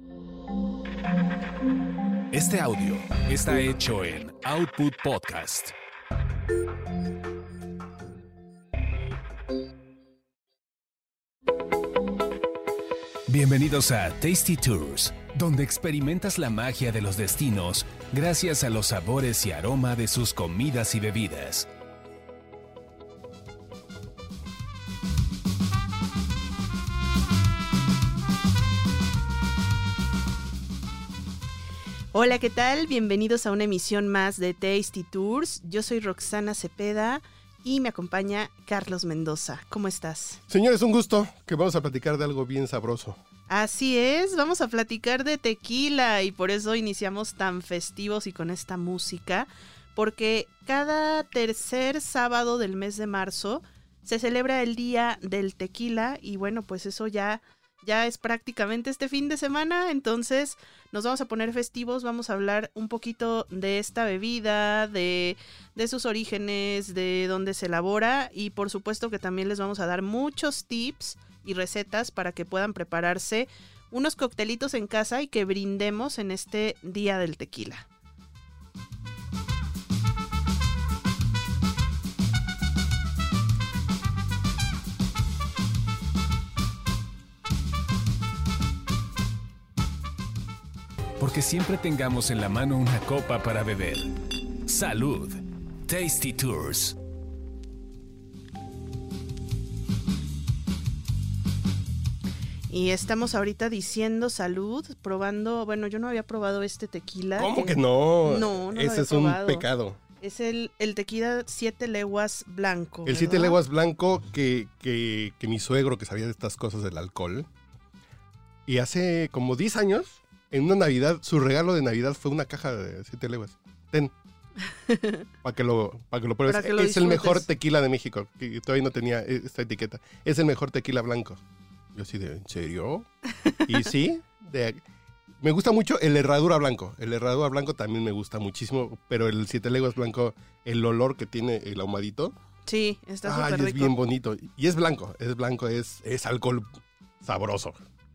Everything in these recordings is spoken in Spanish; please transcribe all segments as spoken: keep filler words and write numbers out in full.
Este audio está hecho en Output Podcast. Bienvenidos a Tasty Tours, donde experimentas la magia de los destinos gracias a los sabores y aroma de sus comidas y bebidas. Hola, ¿qué tal? Bienvenidos a una emisión más de Tasty Tours. Yo soy Roxana Cepeda y me acompaña Carlos Mendoza. ¿Cómo estás? Señores, un gusto, que vamos a platicar de algo bien sabroso. Así es, vamos a platicar de tequila y por eso iniciamos tan festivos y con esta música, porque cada tercer sábado del mes de marzo se celebra el Día del Tequila y bueno, pues eso ya... Ya es prácticamente este fin de semana, entonces nos vamos a poner festivos, vamos a hablar un poquito de esta bebida, de, de sus orígenes, de dónde se elabora y por supuesto que también les vamos a dar muchos tips y recetas para que puedan prepararse unos coctelitos en casa y que brindemos en este Día del Tequila. Porque siempre tengamos en la mano una copa para beber. ¡Salud! Tasty Tours. Y estamos ahorita diciendo salud, probando, bueno, yo no había probado este tequila. ¿Cómo que no? No, no Ese es un pecado. Es el, el tequila Siete Leguas Blanco. El Siete Leguas Blanco que, que, que mi suegro, que sabía de estas cosas del alcohol, y hace como diez años... En una Navidad, su regalo de Navidad fue una caja de siete leguas. Ten. Para que lo, para que lo pruebes. Para que lo es el mejor disfrutes. tequila de México. Que todavía no tenía esta etiqueta. Es el mejor tequila blanco. Yo así de, ¿en serio? Y sí. De, me gusta mucho el herradura blanco. El herradura blanco también me gusta muchísimo. Pero el siete leguas blanco, el olor que tiene el ahumadito. Sí, está súper Ay, rico. es bien bonito. Y es blanco. Es blanco. Es, es alcohol sabroso.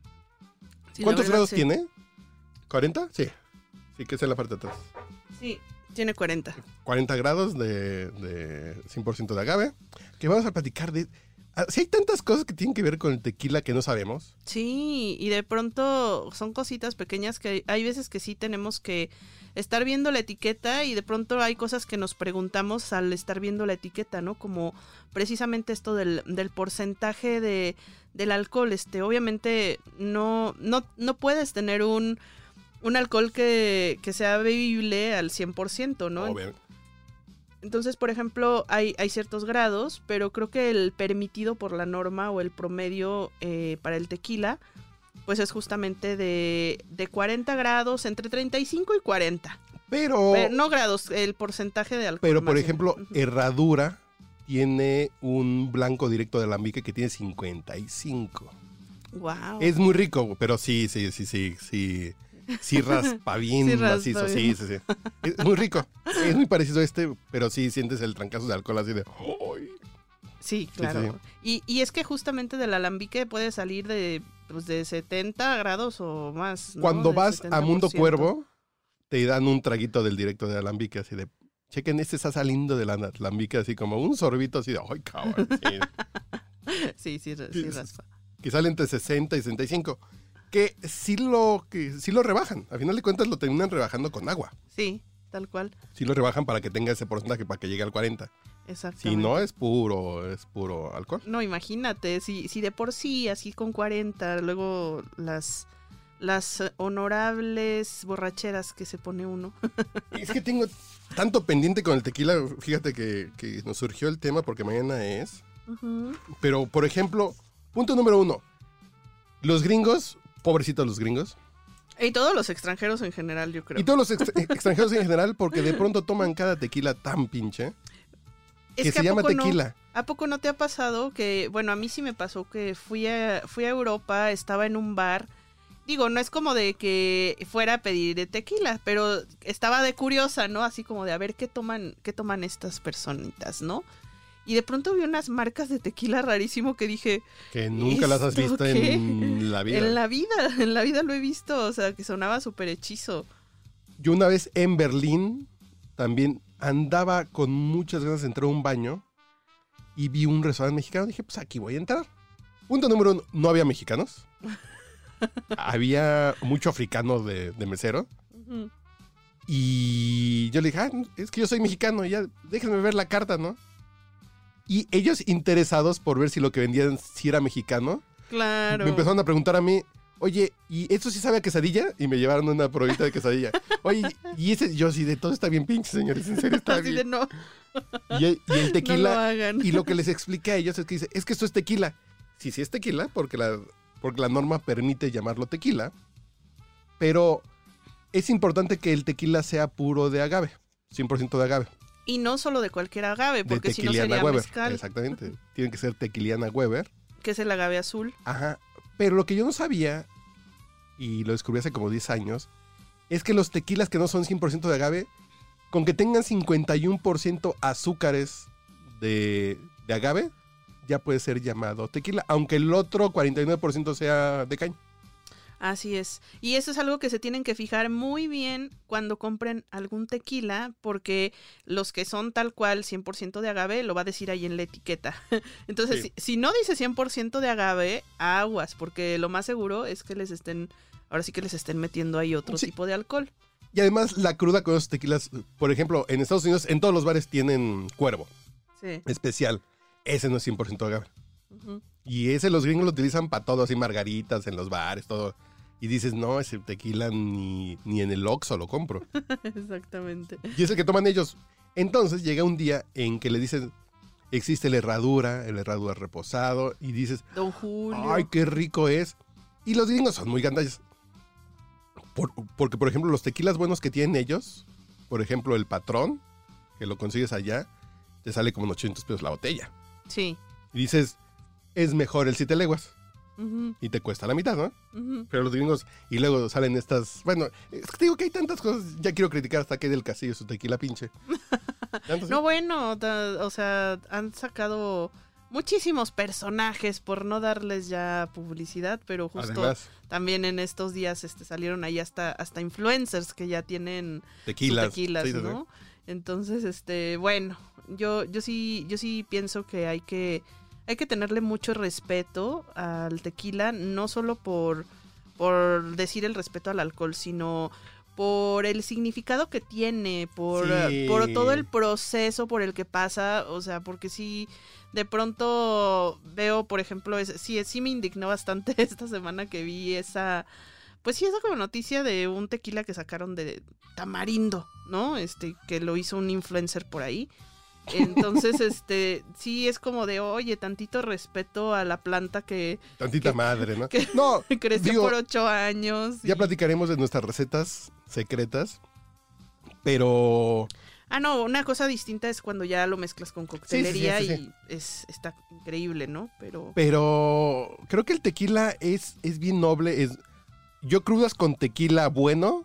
Sí, ¿Cuántos la verdad, grados sí. tiene? ¿cuarenta? Sí. Sí, que es en la parte de atrás. Sí, tiene cuarenta. cuarenta grados de, de cien por ciento de agave. Que vamos a platicar de... Si hay tantas cosas que tienen que ver con el tequila que no sabemos. Sí, y de pronto son cositas pequeñas que hay veces que sí tenemos que estar viendo la etiqueta y de pronto hay cosas que nos preguntamos al estar viendo la etiqueta, ¿no? Como precisamente esto del, del porcentaje de, del alcohol. Este, obviamente no, no, no puedes tener un... Un alcohol que, que sea bebible al cien por ciento, ¿no? Obvio. Entonces, por ejemplo, hay, hay ciertos grados, pero creo que el permitido por la norma o el promedio eh, para el tequila, pues es justamente de, de cuarenta grados, entre treinta y cinco y cuarenta. Pero... Pero no grados, el porcentaje de alcohol. Pero, por más ejemplo, bien. Herradura tiene un blanco directo de alambique que tiene cincuenta y cinco. Wow. Es muy rico, pero sí, sí, sí, sí, sí. Sí raspa bien Sí raspa macizo, bien. sí, sí, sí. Es muy rico. Es muy parecido a este, pero sí sientes el trancazo de alcohol así de... ¡ay! Sí, claro. Sí, sí. Y, y es que justamente del alambique puede salir de, pues, de setenta grados o más, ¿no? Cuando Del vas a setenta por Mundo ciento. Cuervo, te dan un traguito del directo de alambique, así de, chequen, este está saliendo del alambique, así como un sorbito, así de, ¡ay, cabrón! Sí. Sí, sí, sí raspa. Que sale entre sesenta y sesenta y cinco. Que sí lo, que sí lo rebajan. Al final de cuentas lo terminan rebajando con agua. Sí, tal cual. Sí lo rebajan para que tenga ese porcentaje, para que llegue al cuarenta. Exactamente. Si no, es puro, es puro alcohol. No, imagínate, si, si de por sí, así con cuarenta, luego las, las honorables borracheras que se pone uno. Es que tengo tanto pendiente con el tequila. Fíjate que, que nos surgió el tema porque mañana es. Uh-huh. Pero, por ejemplo, punto número uno. Los gringos, pobrecitos los gringos. Y todos los extranjeros en general, yo creo. Y todos los ex- extranjeros en general, porque de pronto toman cada tequila tan pinche Es que se ¿a llama poco no- tequila. ¿A poco no te ha pasado que, bueno, a mí sí me pasó que fui a, fui a Europa, estaba en un bar, digo, no es como de que fuera a pedir de tequila, pero estaba de curiosa, ¿no? Así como de a ver qué toman, qué toman estas personitas, ¿no? Y de pronto vi unas marcas de tequila rarísimo que dije... Que nunca las has visto qué? en la vida. En la vida, en la vida lo he visto, o sea, que sonaba súper hechizo. Yo una vez en Berlín también andaba con muchas ganas de entrar a un baño y vi un restaurante mexicano. Dije, pues aquí voy a entrar. Punto número uno, no había mexicanos. Había mucho africano de, de mesero. Uh-huh. Y yo le dije, ah, es que yo soy mexicano, ya déjenme ver la carta, ¿no? Y ellos interesados por ver si lo que vendían si era mexicano, claro. me empezaron a preguntar a mí, oye, ¿y esto sí sabe a quesadilla? Y me llevaron una probita de quesadilla. Oye, y ese, yo sí, de todo está bien pinche, señores, en serio está Así bien. de no. Y, el- y el tequila, No lo hagan. y lo que les expliqué a ellos es que dice, es que esto es tequila. Sí, sí es tequila, porque la, porque la norma permite llamarlo tequila, pero es importante que el tequila sea puro de agave, cien por ciento de agave. Y no solo de cualquier agave, De porque si no Tequiliana sería Weber. mezcal, Exactamente. Tiene que ser Tequiliana Weber. que es el agave azul. Ajá. Pero lo que yo no sabía, y lo descubrí hace como diez años, es que los tequilas que no son cien por ciento de agave, con que tengan cincuenta y uno por ciento azúcares de, de agave, ya puede ser llamado tequila, aunque el otro cuarenta y nueve por ciento sea de caña. Así es. Y eso es algo que se tienen que fijar muy bien cuando compren algún tequila, porque los que son tal cual cien por ciento de agave lo va a decir ahí en la etiqueta. Entonces, Sí. si, si no dice cien por ciento de agave, aguas, porque lo más seguro es que les estén, ahora sí que les estén metiendo ahí otro Sí. tipo de alcohol. Y además la cruda con esos tequilas, por ejemplo, en Estados Unidos, en todos los bares tienen cuervo Sí. especial. Ese no es cien por ciento de agave. Ujú. Y ese los gringos lo utilizan para todo, así margaritas en los bares, todo. Y dices, no, ese tequila ni, ni en el Oxxo lo compro. Exactamente. Y es el que toman ellos. Entonces llega un día en que le dicen, existe la herradura, el herradura reposado, y dices, Don Julio. ay, qué rico es. Y los gringos son muy gandallas. Por- porque, por ejemplo, los tequilas buenos que tienen ellos, por ejemplo, el Patrón, que lo consigues allá, te sale como en ochocientos pesos la botella. Sí. Y dices, es mejor el Siete Leguas. Ujú, Y te cuesta la mitad, ¿no? ujú. Pero los gringos, y luego salen estas, bueno, es que te digo que hay tantas cosas, ya quiero criticar hasta que del Castillo su tequila pinche. Tanto, No, sí. bueno, ta- o sea, han sacado muchísimos personajes por no darles ya publicidad, pero justo Además, también en estos días este, salieron ahí hasta, hasta influencers que ya tienen tequilas. sus tequilas, sí, sí, sí. ¿no? Entonces, este, bueno, yo, yo sí, yo sí pienso que hay que, hay que tenerle mucho respeto al tequila, no solo por, por decir el respeto al alcohol, sino por el significado que tiene, por, Sí. por todo el proceso por el que pasa, o sea, porque sí, de pronto veo, por ejemplo, es, sí, sí me indignó bastante esta semana que vi esa, pues sí, esa como noticia de un tequila que sacaron de tamarindo, ¿no? Este, que lo hizo un influencer por ahí. Entonces, este, sí es como de, oye, tantito respeto a la planta que Tantita que- madre, ¿no? que- No, creció digo, por ocho años. ya y- platicaremos de nuestras recetas secretas, pero Ah, no, una cosa distinta es cuando ya lo mezclas con coctelería sí, sí, sí. y es está increíble, ¿no? Pero pero creo que el tequila es, es bien noble. Es, yo crudas con tequila bueno,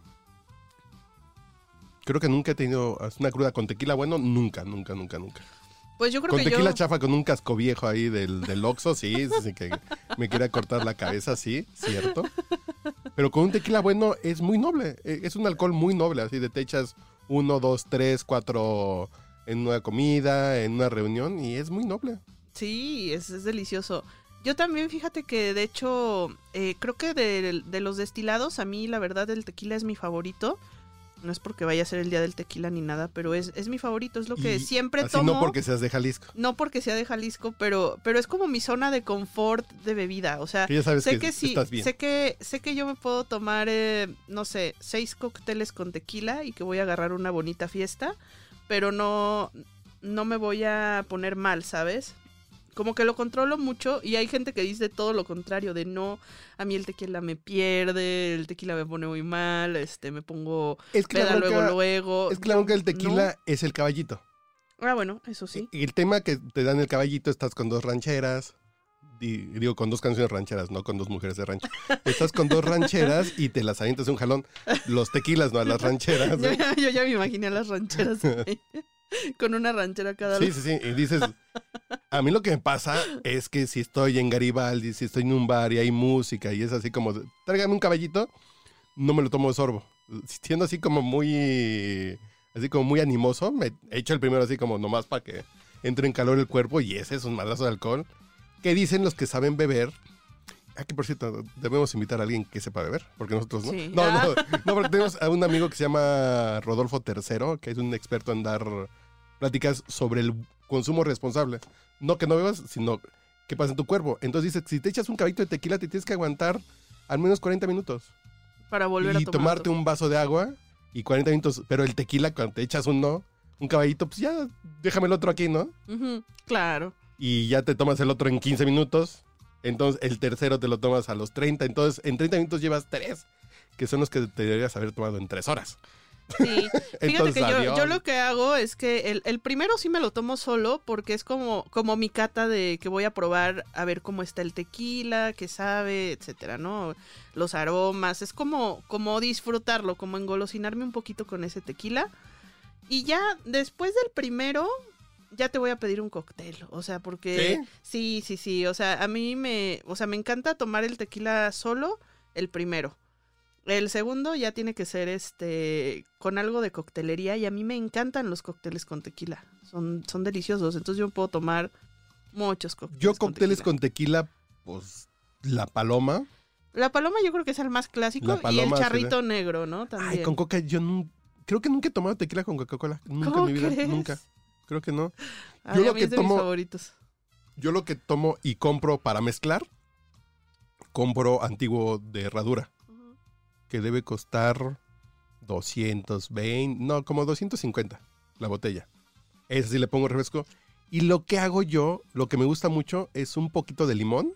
creo que nunca he tenido una cruda con tequila bueno, nunca, nunca, nunca, nunca. pues yo creo Con que tequila yo chafa, con un casco viejo ahí del, del Oxxo, sí, sí, sí, que me quiera cortar la cabeza, sí, cierto. Pero con un tequila bueno es muy noble, eh, es un alcohol muy noble, así de te echas uno, dos, tres, cuatro en una comida, en una reunión, y es muy noble. sí, es, es delicioso. Yo también, fíjate que de hecho, eh, creo que de, de los destilados, a mí la verdad el tequila es mi favorito. No es porque vaya a ser el día del tequila ni nada, pero es, es mi favorito, es lo que Y siempre así tomo. no porque seas de Jalisco, No porque sea de Jalisco, pero, pero es como mi zona de confort de bebida. O sea, que ya sabes sé que, que sí, estás bien. sé que, sé que yo me puedo tomar, eh, no sé, seis cócteles con tequila y que voy a agarrar una bonita fiesta, pero no, no me voy a poner mal, ¿sabes? Como que lo controlo mucho y hay gente que dice todo lo contrario, de no, a mí el tequila me pierde, el tequila me pone muy mal, este, me pongo Es que la peda bronca, luego, luego. es que la bronca del tequila es el caballito. ¿No? Ah, bueno, eso sí. Y el tema que te dan el caballito, estás con dos rancheras, di- digo, con dos canciones rancheras, no con dos mujeres de rancho. Estás con dos rancheras y te las avientas de un jalón. Los tequilas, no a las rancheras. Yo, ¿eh? yo ya me imaginé a las rancheras. Con una ranchera cada Sí, lado. sí, sí. Y dices, a mí lo que me pasa es que si estoy en Garibaldi, si estoy en un bar y hay música y es así como, tráigame un caballito, no me lo tomo de sorbo. Siendo así como muy, así como muy animoso, me echo el primero así como nomás para que entre en calor el cuerpo y ese es un madrazo de alcohol. Que dicen los que saben beber. Ah, que por cierto, debemos invitar a alguien que sepa beber, porque nosotros no. Sí. No, no, no, porque tenemos a un amigo que se llama Rodolfo Tercero, que es un experto en dar pláticas sobre el consumo responsable. No que no bebas, sino qué pasa en tu cuerpo. Entonces dice, si te echas un caballito de tequila, te tienes que aguantar al menos cuarenta minutos. Para volver Y a tomar tomarte otro. un vaso de agua y cuarenta minutos. Pero el tequila, cuando te echas uno, un caballito, pues ya, déjame el otro aquí, ¿no? Ujú, claro. Y ya te tomas el otro en quince minutos. Entonces el tercero te lo tomas a los treinta. Entonces en treinta minutos llevas tres, que son los que te deberías haber tomado en tres horas. Sí, fíjate Entonces, que yo, adiós. yo lo que hago es que el, el primero sí me lo tomo solo porque es como, como mi cata de que voy a probar a ver cómo está el tequila, qué sabe, etcétera, ¿no? Los aromas, es como, como disfrutarlo, como engolosinarme un poquito con ese tequila. Y ya después del primero, ya te voy a pedir un cóctel, o sea, porque sí, sí, sí, o sea, a mí me, o sea, me encanta tomar el tequila solo, el primero. El segundo ya tiene que ser este con algo de coctelería y a mí me encantan los cócteles con tequila. Son, son deliciosos, entonces yo puedo tomar muchos cócteles. Yo cócteles con tequila. con tequila, pues la paloma. La paloma yo creo que es el más clásico La y el paloma charrito sería- negro, ¿no? También. Ay, con coca, yo no, creo que nunca he tomado tequila con Coca-Cola. Nunca en ¿Cómo mi vida, crees? nunca. Creo que no. Ay, yo a lo mí que es de tomo- mis favoritos. Yo lo que tomo y compro para mezclar, compro antiguo de herradura, que debe costar doscientos veinte, no, como doscientos cincuenta la botella. Ese sí le pongo refresco. Y lo que hago yo, lo que me gusta mucho, es un poquito de limón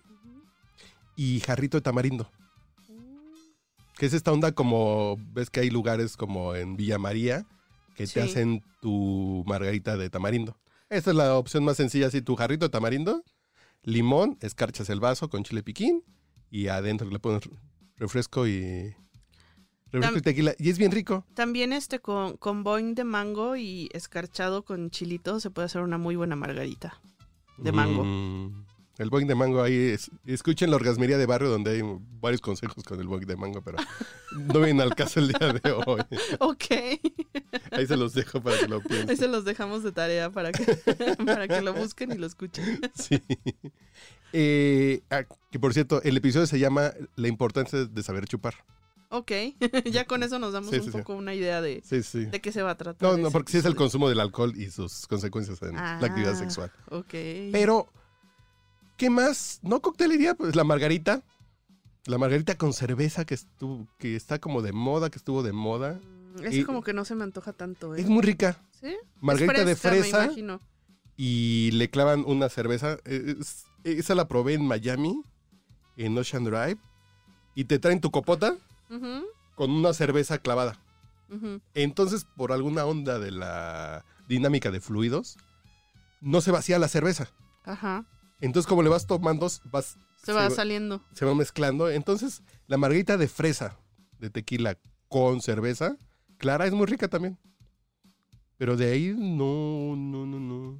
y jarrito de tamarindo. Que es esta onda como, ves que hay lugares como en Villa María que Sí. te hacen tu margarita de tamarindo. Esta es la opción más sencilla, así tu jarrito de tamarindo, limón, escarchas el vaso con chile piquín y adentro le pones refresco y refresco Tam- y tequila y es bien rico. También este con, con boing de mango y escarchado con chilito se puede hacer una muy buena margarita de mango. Mm, el boing de mango ahí es, escuchen la orgasmería de barrio donde hay varios consejos con el boing de mango, pero no vienen al caso el día de hoy. Ok. Ahí se los dejo para que lo Ahí piensen. se los dejamos de tarea para que, para que lo busquen y lo escuchen. Sí. Eh, ah, que por cierto, el episodio se llama La importancia de saber chupar. Ok, ya con eso nos damos Sí, un sí, sí. poco una idea de, Sí, sí. de qué se va a tratar. No, no, ese porque sí es el episodio. consumo del alcohol y sus consecuencias en Ah, la actividad sexual. Ok. Pero, ¿qué más? No coctelería, pues la margarita. La margarita con cerveza que estuvo, que está como de moda, que estuvo de moda. Mm, Ese y- como que no se me antoja tanto, ¿eh? Es muy rica. ¿Sí? Margarita Es de fresca, me fresa imagino. y le clavan una cerveza. Es- esa la probé en Miami, en Ocean Drive. Y te traen tu copota Ujú, con una cerveza clavada. ujú. Entonces, por alguna onda de la dinámica de fluidos, no se vacía la cerveza. Ajá. Entonces, como le vas tomando, vas, Se va va- saliendo. se va mezclando. Entonces, la margarita de fresa de tequila con cerveza clara es muy rica también. Pero de ahí, no, no, no, no.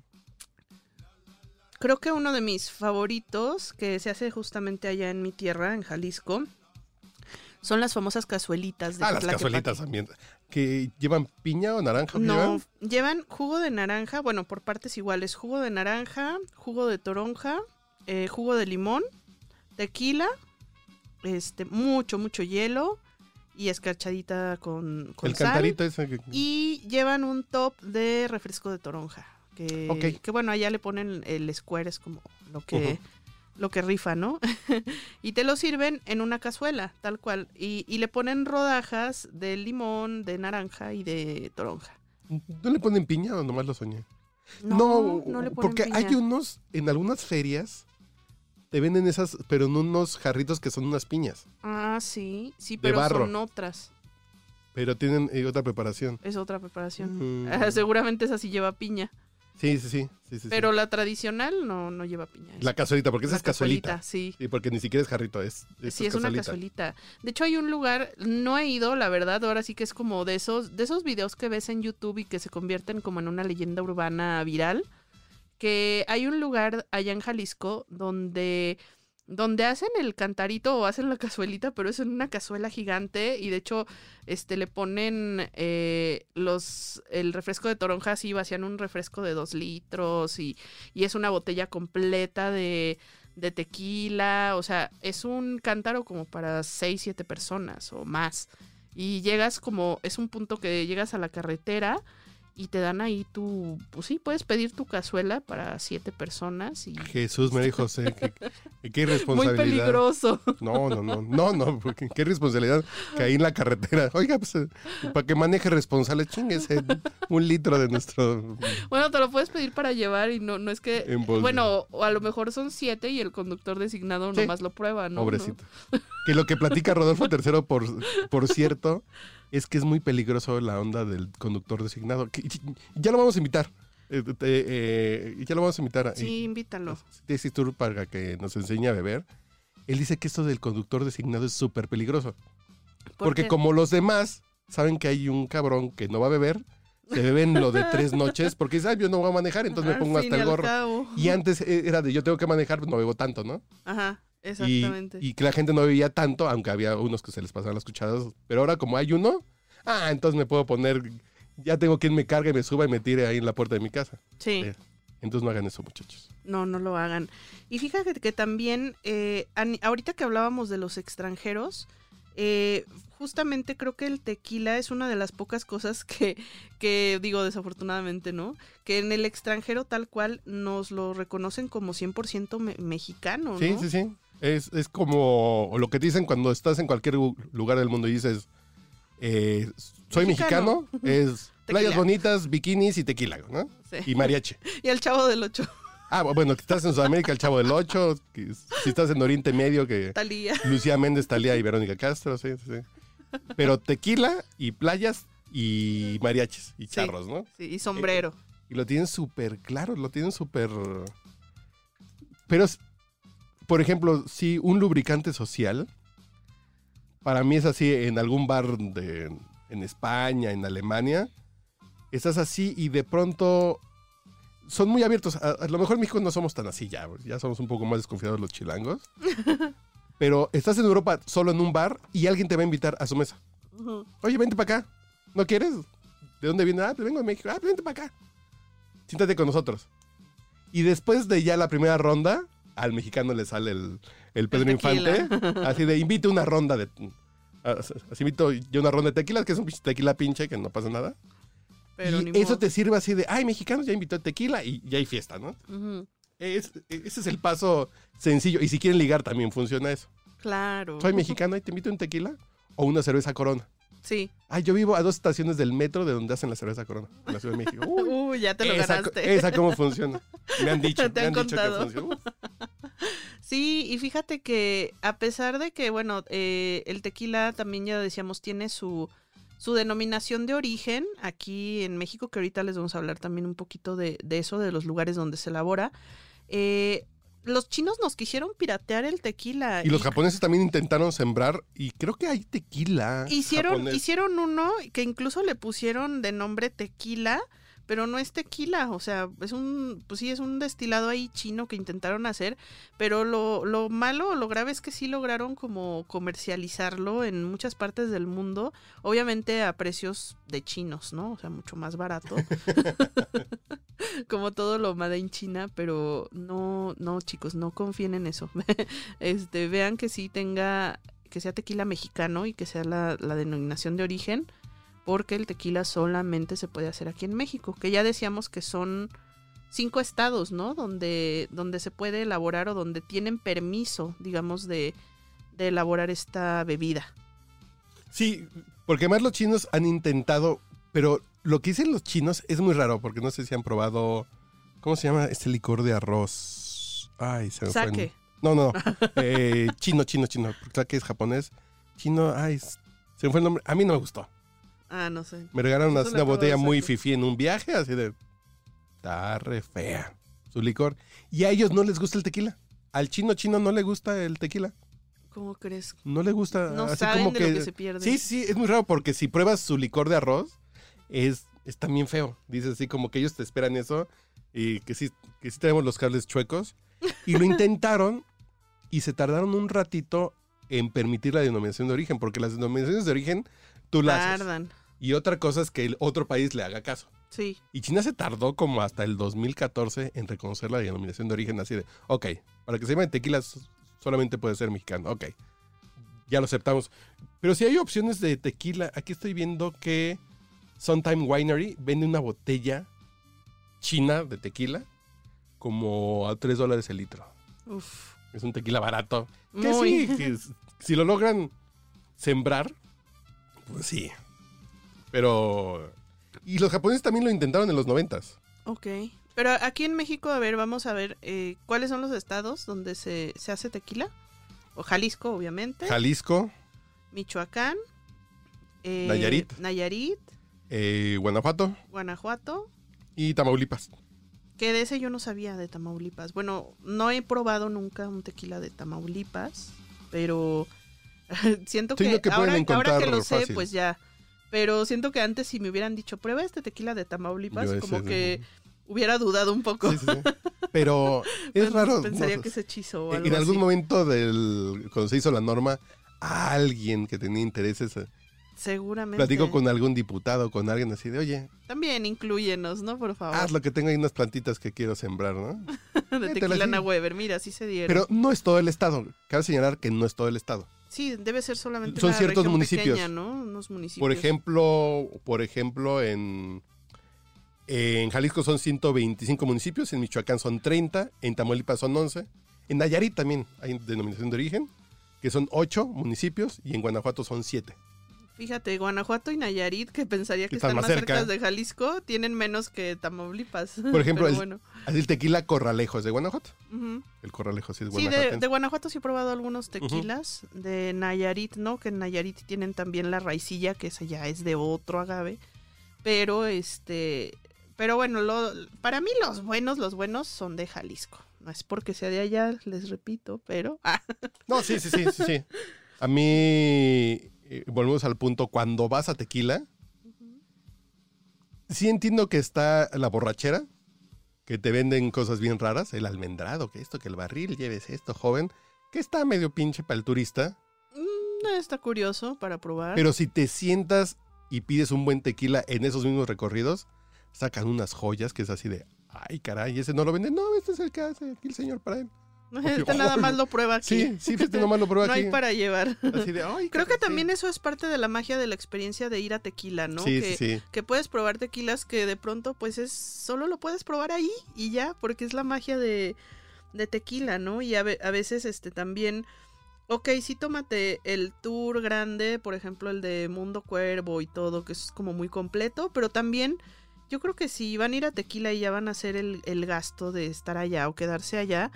Creo que uno de mis favoritos, que se hace justamente allá en mi tierra, en Jalisco, son las famosas cazuelitas de Ah, las tlaquepaque. cazuelitas también. ¿Que llevan piña o naranja? No, ¿Llevan? llevan jugo de naranja, bueno, por partes iguales, jugo de naranja, jugo de toronja, eh, jugo de limón, tequila, este, mucho, mucho hielo y escarchadita con, con El sal. cantarito ese. que- Y llevan un top de refresco de toronja. Que, Ok. que bueno, allá le ponen el square, es como lo que, lo que rifa, ¿no? Y te lo sirven en una cazuela, tal cual. Y, y le ponen rodajas de limón, de naranja y de toronja. ¿No le ponen piña o nomás lo soñé? No, no, le ponen porque piña. hay unos, en algunas ferias, te venden esas, pero en unos jarritos que son unas piñas. Ah, sí, sí, De pero barro. son otras. Pero tienen eh, otra preparación. Es otra preparación. Mm. Ah, seguramente esa sí lleva piña. Sí, sí, sí. sí, sí Pero sí. la tradicional no, no lleva piña. La cazuelita, porque esa La es cazuelita. Sí. Sí, porque ni siquiera es jarrito, es, es Sí, es una cazuelita. cazuelita. De hecho, hay un lugar, no he ido, la verdad, ahora sí que es como de esos, de esos videos que ves en YouTube y que se convierten como en una leyenda urbana viral, que hay un lugar allá en Jalisco donde, donde hacen el cantarito o hacen la cazuelita, pero es en una cazuela gigante y de hecho este le ponen eh, los el refresco de toronja, así vacían un refresco de dos litros y, y es una botella completa de, de tequila, o sea, es un cántaro como para seis, siete personas o más. Y llegas como, es un punto que llegas a la carretera y te dan ahí tu, pues sí, puedes pedir tu cazuela para siete personas. Y Jesús, me dijo José, qué, qué muy irresponsabilidad. peligroso. No, no, no, no, no, porque qué responsabilidad que ahí en la carretera. Oiga, pues, eh, para que maneje responsable, chinguese un litro de nuestro... Bueno, te lo puedes pedir para llevar y no, no es que... En bolsa. Bueno, o a lo mejor son siete y el conductor designado Sí. nomás lo prueba, ¿no? Pobrecito. Que lo que platica Rodolfo tercero, por, por cierto, es que es muy peligroso la onda del conductor designado. Que, ya lo vamos a invitar. Eh, eh, eh, ya lo vamos a invitar. ¿No? Sí, invítalo. Daisy Tour para que nos enseñe a beber. Él dice que esto del conductor designado es súper peligroso. ¿Por Porque qué? como los demás saben que hay un cabrón que no va a beber, se beben lo de tres noches porque dice, ay, yo no voy a manejar, entonces me Al pongo fin hasta y el al gorro. cabo. Y antes era de yo tengo que manejar, pues no bebo tanto, ¿no? Ajá, Y, exactamente. y que la gente no bebía tanto, aunque había unos que se les pasaban las cucharadas. Pero ahora como hay uno, ah, entonces me puedo poner, ya tengo quien me cargue, me suba y me tire ahí en la puerta de mi casa. Sí. Eh, entonces no hagan eso, muchachos. No, no lo hagan. Y fíjate que también, eh, an- ahorita que hablábamos de los extranjeros, eh, justamente creo que el tequila es una de las pocas cosas que, que, digo desafortunadamente, ¿no? Que en el extranjero tal cual nos lo reconocen como cien por ciento me- mexicano, ¿no? Sí, sí, sí. Es, es como lo que te dicen cuando estás en cualquier lu- lugar del mundo y dices, eh, soy Mexicano. mexicano, es playas Tequila. bonitas, bikinis y tequila, ¿no? Sí. Y mariachi. Y el Chavo del Ocho, Ah, bueno, que estás en Sudamérica, el Chavo del Ocho, que si estás en Oriente Medio, que Talía. Lucía Méndez, Talía y Verónica Castro, sí, sí, sí. Pero tequila y playas y mariachis y Sí. charros, ¿no? Sí, y sombrero. Y lo tienen súper claro, lo tienen súper... Pero, es- por ejemplo, si un lubricante social, para mí es así en algún bar de, en España, en Alemania, estás así y de pronto son muy abiertos. A, a lo mejor en México no somos tan así ya, ya somos un poco más desconfiados los chilangos. Pero estás en Europa solo en un bar y alguien te va a invitar a su mesa. Ujú. Oye, vente para acá. ¿No quieres? ¿De dónde vienes? Ah, pues vengo de México. Ah, pues vente para acá. Siéntate con nosotros. Y después de ya la primera ronda, al mexicano le sale el, el Pedro El tequila. Infante. Así de, invite una ronda de... Así invito yo una ronda de tequila, que es un pinche tequila pinche, que no pasa nada. Pero y ni eso modo. te sirve así de, ay, mexicanos ya invitó tequila y ya hay fiesta, ¿no? Ujú. Es- ese es el paso sencillo. Y si quieren ligar, también funciona eso. Claro. Soy mexicano y te invito un tequila o una cerveza Corona. Sí. Ay, yo vivo a dos estaciones del metro de donde hacen la cerveza Corona, en la Ciudad de México. Uy, Uy, ya te lo esa, ganaste. esa cómo funciona. Me han dicho, Te me han han dicho que contado. funciona. Uf. Sí, y fíjate que a pesar de que, bueno, eh, el tequila también ya decíamos tiene su, su denominación de origen aquí en México, que ahorita les vamos a hablar también un poquito de, de eso, de los lugares donde se elabora. Eh, los chinos nos quisieron piratear el tequila. Y los japoneses también intentaron sembrar, y creo que hay tequila. Hicieron, japonés. hicieron uno que incluso le pusieron de nombre tequila, pero no es tequila, o sea, es un, pues sí, es un destilado ahí chino que intentaron hacer, pero lo, lo malo, lo grave es que sí lograron como comercializarlo en muchas partes del mundo, obviamente a precios de chinos, ¿no? O sea, mucho más barato. Como todo lo made in China, pero no, no, chicos, no confíen en eso. Este, vean que sí tenga, que sea tequila mexicano y que sea la, la denominación de origen, porque el tequila solamente se puede hacer aquí en México, que ya decíamos que son cinco estados, ¿no? Donde, donde se puede elaborar o donde tienen permiso, digamos, de, de elaborar esta bebida. Sí, porque además los chinos han intentado, pero lo que dicen los chinos es muy raro, porque no sé si han probado, ¿cómo se llama este licor de arroz? Ay, se me fue. Sake. el- No, no, no. Eh, chino, chino, chino, porque sake es japonés. Chino, ay, se me fue el nombre. A mí no me gustó. Ah, no sé. Me regalaron Eso así lo una he botella probado muy sake. fifí en un viaje, así de... está re fea su licor. Y a ellos no les gusta el tequila. Al chino chino no le gusta el tequila. ¿Cómo crees? No le gusta. No así saben como de que, lo que se pierde. Sí, sí, es muy raro porque si pruebas su licor de arroz, es, es también feo. Dices así como que ellos te esperan eso y que sí, que sí tenemos los cables chuecos. Y lo intentaron y se tardaron un ratito en permitir la denominación de origen, porque las denominaciones de origen tú las haces. Tardan. Y otra cosa es que el otro país le haga caso. Sí. Y China se tardó como hasta el dos mil catorce en reconocer la denominación de origen, así de, ok, para que se llame tequila solamente puede ser mexicano, ok, ya lo aceptamos. Pero si hay opciones de tequila, aquí estoy viendo que Suntime Winery vende una botella china de tequila como a tres dólares el litro. Uf. Es un tequila barato. Que Muy. sí, que si lo logran sembrar, pues sí. Pero... Y los japoneses también lo intentaron en los noventas. Ok. Pero aquí en México, a ver, vamos a ver eh, cuáles son los estados donde se, se hace tequila. O Jalisco, obviamente. Jalisco, Michoacán. eh, Nayarit. Nayarit. eh, Guanajuato Guanajuato. y Tamaulipas. Que de ese yo no sabía, de Tamaulipas. Bueno, no he probado nunca un tequila de Tamaulipas, pero siento Sí, que, no, que pueden ahora, encontrar ahora que lo sé, fácil. pues ya. Pero siento que antes si me hubieran dicho, prueba este tequila de Tamaulipas, Yo como ese- que hubiera dudado un poco. Sí, sí, sí. Pero es raro. Pensaría no, que es hechizo o en algo en algún así. momento del cuando se hizo la norma, alguien que tenía intereses, eh, Seguramente. platico con algún diputado, con alguien así de, oye, También inclúyenos, ¿no? Por favor. haz lo que tengo ahí unas plantitas que quiero sembrar, ¿no? de métele tequila así. Ana Weber, mira, así se dieron. Pero no es todo el estado. Cabe señalar que no es todo el estado. Sí, debe ser solamente Son una ciertos región municipios. pequeña, ¿no? Unos municipios. Por ejemplo, por ejemplo, en, en Jalisco son ciento veinticinco municipios, en Michoacán son treinta, en Tamaulipas son once, en Nayarit también hay denominación de origen, que son ocho municipios, y en Guanajuato son siete. Fíjate, Guanajuato y Nayarit, que pensaría que Están están, más más cerca. cerca de Jalisco, tienen menos que Tamaulipas. Por ejemplo, Pero el, bueno. así el tequila Corralejo es de Guanajuato. Ujú. El Corralejo sí es Sí, de, guanajuatense. de Guanajuato sí he probado algunos tequilas. De Nayarit, ¿no? Que en Nayarit tienen también la raicilla, que esa ya es de otro agave. Pero, este... Pero bueno, lo, para mí los buenos, los buenos son de Jalisco. No es porque sea de allá, les repito, pero... Ah, No, sí, sí, sí, sí, sí. A mí, eh, volvemos al punto, cuando vas a tequila, sí entiendo que está la borrachera, que te venden cosas bien raras, el almendrado, que esto, que el barril, lleves esto, joven, que está medio pinche para el turista, mm, está curioso para probar. pero si te sientas y pides un buen tequila en esos mismos recorridos, sacan unas joyas que es así de, ay caray, ese no lo venden, no, este es el que hace aquí el señor para él. Este nada más lo prueba aquí. Sí, sí, este nomás lo prueba No aquí. hay para llevar. Así de, ay, Creo que sí. también eso es parte de la magia de la experiencia de ir a tequila, ¿no? Sí, que, sí, sí. que puedes probar tequilas que de pronto pues es solo lo puedes probar ahí y ya, porque es la magia de, de tequila, ¿no? Y a, ve- a veces este también, ok, sí tómate el tour grande, por ejemplo el de Mundo Cuervo y todo, que es como muy completo, pero también yo creo que si van a ir a tequila y ya van a hacer el, el gasto de estar allá o quedarse allá,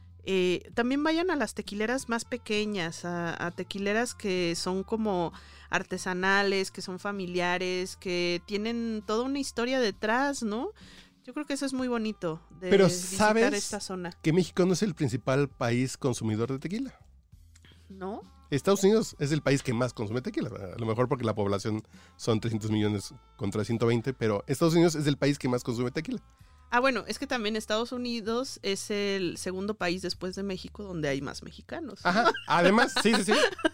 Eh, también vayan a las tequileras más pequeñas, a, a tequileras que son como artesanales, que son familiares, que tienen toda una historia detrás, ¿no? Yo creo que eso es muy bonito de Pero visitar ¿sabes esta zona, que México no es el principal país consumidor de tequila? ¿no? Estados Unidos es el país que más consume tequila, a lo mejor porque la población son trescientos millones contra ciento veinte, pero Estados Unidos es el país que más consume tequila. Ah, bueno, es que también Estados Unidos es el segundo país después de México donde hay más mexicanos. Ajá, además, sí, sí, sí.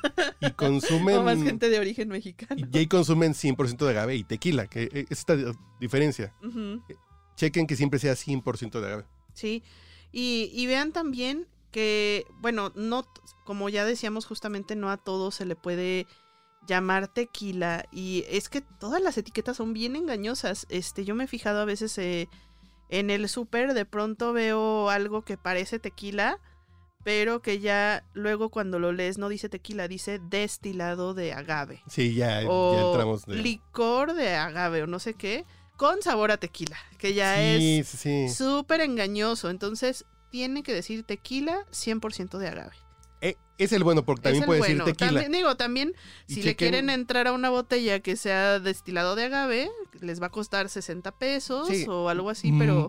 Y consumen... O más gente de origen mexicano. Y ahí consumen cien por ciento de agave y tequila, que es esta diferencia. Ujú. Chequen que siempre sea cien por ciento de agave. Sí, y, y vean también que, bueno, no, como ya decíamos justamente, no a todo se le puede llamar tequila, y es que todas las etiquetas son bien engañosas. Este, yo me he fijado a veces eh, en el súper, de pronto veo algo que parece tequila, pero que ya luego cuando lo lees no dice tequila, dice destilado de agave. Sí, ya, O ya entramos de... licor de agave o no sé qué, con sabor a tequila, que ya sí, es sí, sí. súper engañoso. Entonces tiene que decir tequila cien por ciento de agave. Eh, es el bueno, porque también Es el puede bueno. decir tequila. También, digo, también, Y si le chequen- quieren entrar a una botella que sea destilado de agave, les va a costar sesenta pesos Sí. o algo así, Mm, pero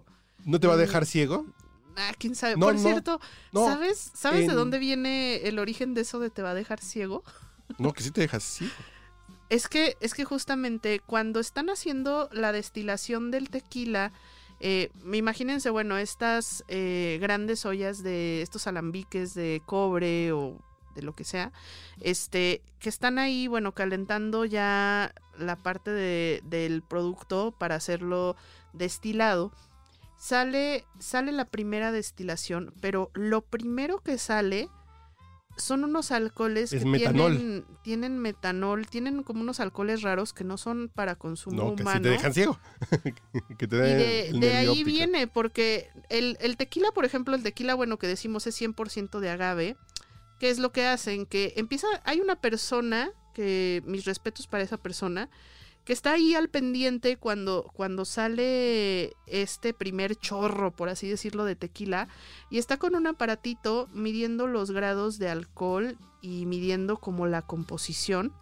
¿No te va a dejar ciego? Ah, quién sabe. No, Por no, cierto, no, ¿sabes, ¿sabes en... de dónde viene el origen de eso de te va a dejar ciego? No, que sí te dejas ciego. Es que, es que justamente cuando están haciendo la destilación del tequila, eh, imagínense, bueno, estas eh, grandes ollas de estos alambiques de cobre o de lo que sea, este, que están ahí, bueno, calentando ya la parte de, del producto para hacerlo destilado. Sale, sale la primera destilación, pero lo primero que sale son unos alcoholes es que metanol. Tienen, tienen metanol, tienen como unos alcoholes raros que no son para consumo no, que humano. sí te dejan ciego. que te Y den de, el de nervio ahí óptico. viene, porque el, el tequila, por ejemplo, el tequila, bueno, que decimos es cien por ciento de agave, ¿qué es lo que hacen? Que empieza, hay una persona, que mis respetos para esa persona, que está ahí al pendiente cuando, cuando sale este primer chorro, por así decirlo, de tequila, y está con un aparatito midiendo los grados de alcohol y midiendo como la composición.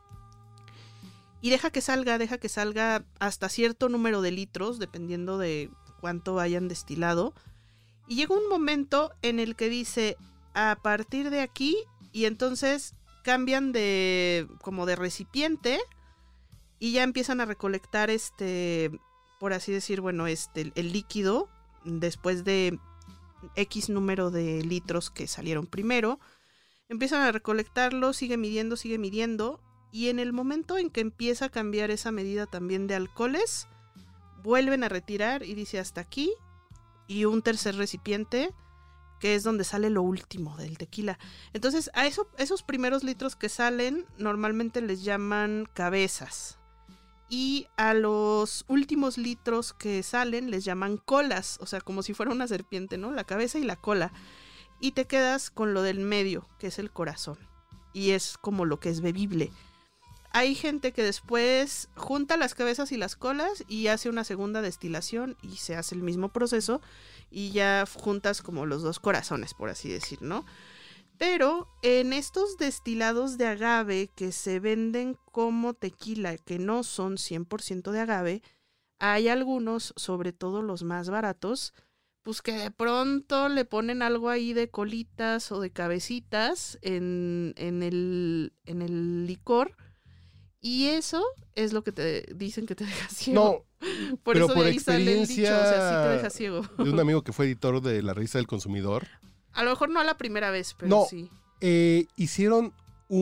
Y deja que salga, deja que salga hasta cierto número de litros, dependiendo de cuánto hayan destilado. Y llega un momento en el que dice, a partir de aquí, y entonces cambian de como de recipiente y ya empiezan a recolectar este, por así decir, bueno, este, el, el líquido después de X número de litros que salieron primero. Empiezan a recolectarlo, sigue midiendo, sigue midiendo. Y en el momento en que empieza a cambiar esa medida también de alcoholes, vuelven a retirar y dice hasta aquí. Y un tercer recipiente, que es donde sale lo último del tequila. Entonces, a eso, esos primeros litros que salen, normalmente les llaman cabezas. Y a los últimos litros que salen, les llaman colas. O sea, como si fuera una serpiente, ¿no? La cabeza y la cola. Y te quedas con lo del medio, que es el corazón. Y es como lo que es bebible. Hay gente que después junta las cabezas y las colas y hace una segunda destilación y se hace el mismo proceso y ya juntas como los dos corazones, por así decir, ¿no? Pero en estos destilados de agave que se venden como tequila, que no son cien por ciento de agave, hay algunos, sobre todo los más baratos, pues que de pronto le ponen algo ahí de colitas o de cabecitas en, en, el, en el licor. Y eso es lo que te dicen que te deja ciego. No, por pero eso por de ahí sale el dicho, o sea, sí te deja experiencia ciego. de un amigo que fue editor de la revista del Consumidor. A lo mejor no a la primera vez, pero No, sí. Eh, hicieron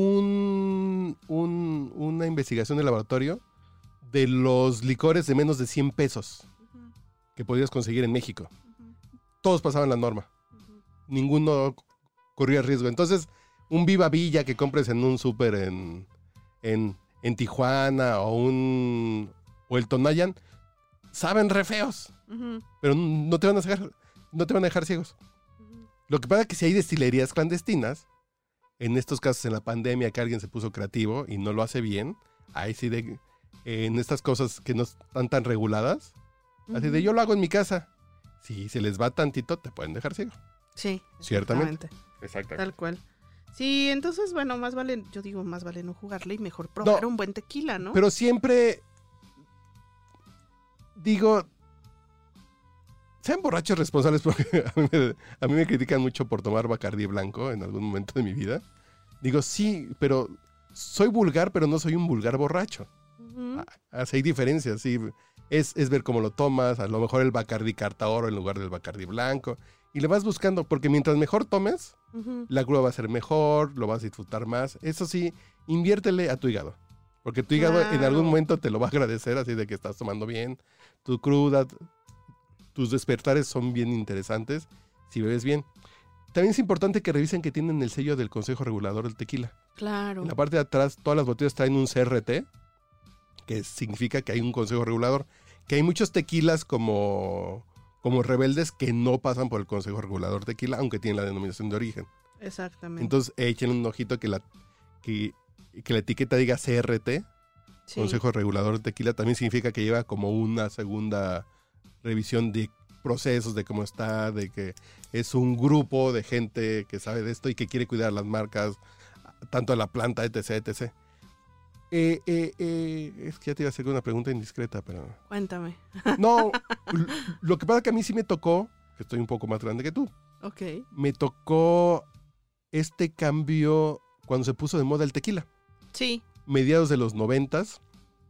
un, un, una investigación de laboratorio de los licores de menos de cien pesos Uh-huh, que podías conseguir en México. uh-huh, Todos pasaban la norma. uh-huh. Ninguno corría riesgo. Entonces, un Viva Villa que compres en un súper en, en, en Tijuana o un o el Tonayan, saben re feos, Uh-huh, pero no te van a dejar, no te van a dejar ciegos. uh-huh. Lo que pasa es que si hay destilerías clandestinas, en estos casos en la pandemia que alguien se puso creativo y no lo hace bien, ahí sí de, eh, en estas cosas que no están tan reguladas, así de yo lo hago en mi casa. Si se les va tantito, te pueden dejar ciego. Sí, Ciertamente. exactamente, Exactamente. tal cual. Sí, entonces, bueno, más vale, yo digo, más vale no jugarle y mejor probar No, un buen tequila, ¿no? Pero siempre digo, sean borrachos responsables porque a mí, me, a mí me critican mucho por tomar Bacardí blanco en algún momento de mi vida. Digo, sí, pero soy vulgar, pero no soy un vulgar borracho. Uh-huh. Así hay diferencias, sí. Es, es ver cómo lo tomas, a lo mejor el Bacardí carta oro en lugar del Bacardí blanco. Y le vas buscando, porque mientras mejor tomes, Uh-huh. la cruda va a ser mejor, lo vas a disfrutar más. Eso sí, inviértele a tu hígado. Porque tu hígado en Claro. algún momento te lo va a agradecer, así de que estás tomando bien. Tu cruda, tus despertares son bien interesantes si bebes bien. También es importante que revisen que tienen el sello del Consejo Regulador del Tequila. Claro. En la parte de atrás, todas las botellas traen un C R T, que significa que hay un Consejo Regulador. Que hay muchos tequilas como, como rebeldes que no pasan por el Consejo Regulador Tequila, aunque tienen la denominación de origen. Exactamente. Entonces, echen un ojito que la, que, que la etiqueta diga C R T, Sí. Consejo Regulador de Tequila, también significa que lleva como una segunda revisión de procesos, de cómo está, de que es un grupo de gente que sabe de esto y que quiere cuidar las marcas, tanto a la planta, etc, etcétera. Eh, eh, eh, es que ya te iba a hacer una pregunta indiscreta, pero... Cuéntame. No, lo que pasa es que a mí sí me tocó, que estoy un poco más grande que tú, Ok. me tocó este cambio cuando se puso de moda el tequila. Sí. Mediados de los noventas,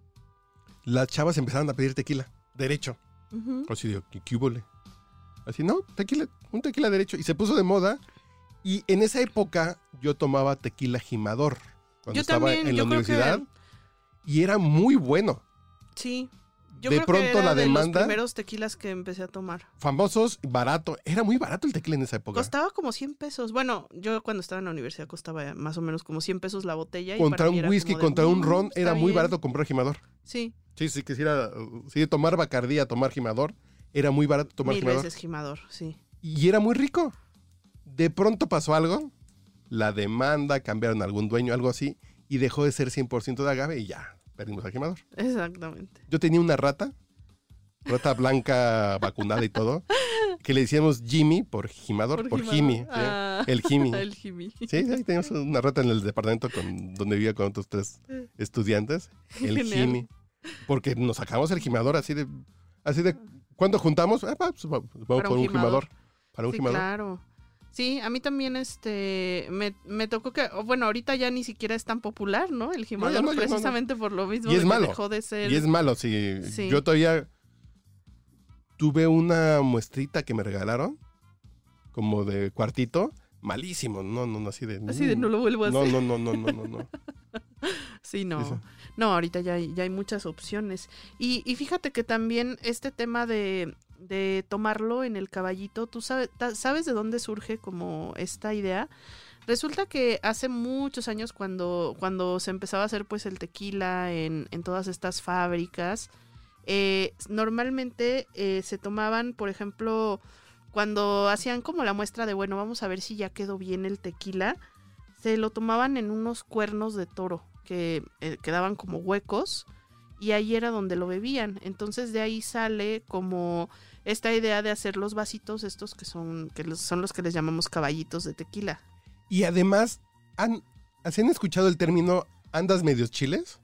las chavas empezaron a pedir tequila, derecho. Uh-huh. Así digo, ¿qué, qué hubole? Así, no, tequila, un tequila derecho. Y se puso de moda. Y en esa época yo tomaba tequila Jimador. Cuando Yo estaba también, en yo la creo universidad. que- Y era muy bueno. Sí. Yo De creo pronto que era la de demanda- los primeros tequilas que empecé a tomar. Famosos, barato. Era muy barato el tequila en esa época. Costaba como cien pesos. Bueno, yo cuando estaba en la universidad costaba más o menos como cien pesos la botella. y Contra para mí un era whisky, como de, contra un "Mm, ron, está era muy bien". barato comprar Jimador. Sí, Sí, sí, quisiera, sí, tomar Bacardí a tomar Jimador. Era muy barato tomar mil Jimador. veces Jimador, sí. Y era muy rico. De pronto pasó algo, la demanda, cambiaron a algún dueño, algo así, y dejó de ser cien por ciento de agave y ya, perdimos al Jimador. Exactamente. Yo tenía una rata, rata blanca vacunada y todo, que le decíamos Jimmy por Jimador, por, Jimador. Jimmy, ¿sí? Ah, El Jimmy. El Jimmy. Sí, ahí teníamos una rata en el departamento con, donde vivía con otros tres estudiantes, el Genial. Jimmy. Porque nos sacamos el Jimador así de, así de, ¿cuándo juntamos? Ah, pues, vamos Para por un un Jimador. Jimador. Para un Sí, Jimador. claro. Sí, a mí también este me, me tocó que, oh, bueno, ahorita ya ni siquiera es tan popular, ¿no? El Jimador, No, ya no, ya no, no. precisamente por lo mismo Y es de que malo. dejó de ser. Y es malo, sí. Sí. Yo todavía tuve una muestrita que me regalaron, como de cuartito, malísimo, no, no, no, así de... Así de no lo vuelvo a No, hacer. no, no, no, no, no, no. Sí, no. Sí, sí. No, ahorita ya hay, ya hay muchas opciones. Y, y fíjate que también este tema de, de tomarlo en el caballito, ¿tú sabes, ta- sabes de dónde surge como esta idea? Resulta que hace muchos años cuando, cuando se empezaba a hacer pues el tequila en, en todas estas fábricas, eh, normalmente eh, se tomaban, por ejemplo, cuando hacían como la muestra de, bueno, vamos a ver si ya quedó bien el tequila, se lo tomaban en unos cuernos de toro que eh, quedaban como huecos y ahí era donde lo bebían. Entonces de ahí sale como esta idea de hacer los vasitos estos que son, que los- son los que les llamamos caballitos de tequila. Y además, ¿han, ¿se han escuchado el término andas medios chiles?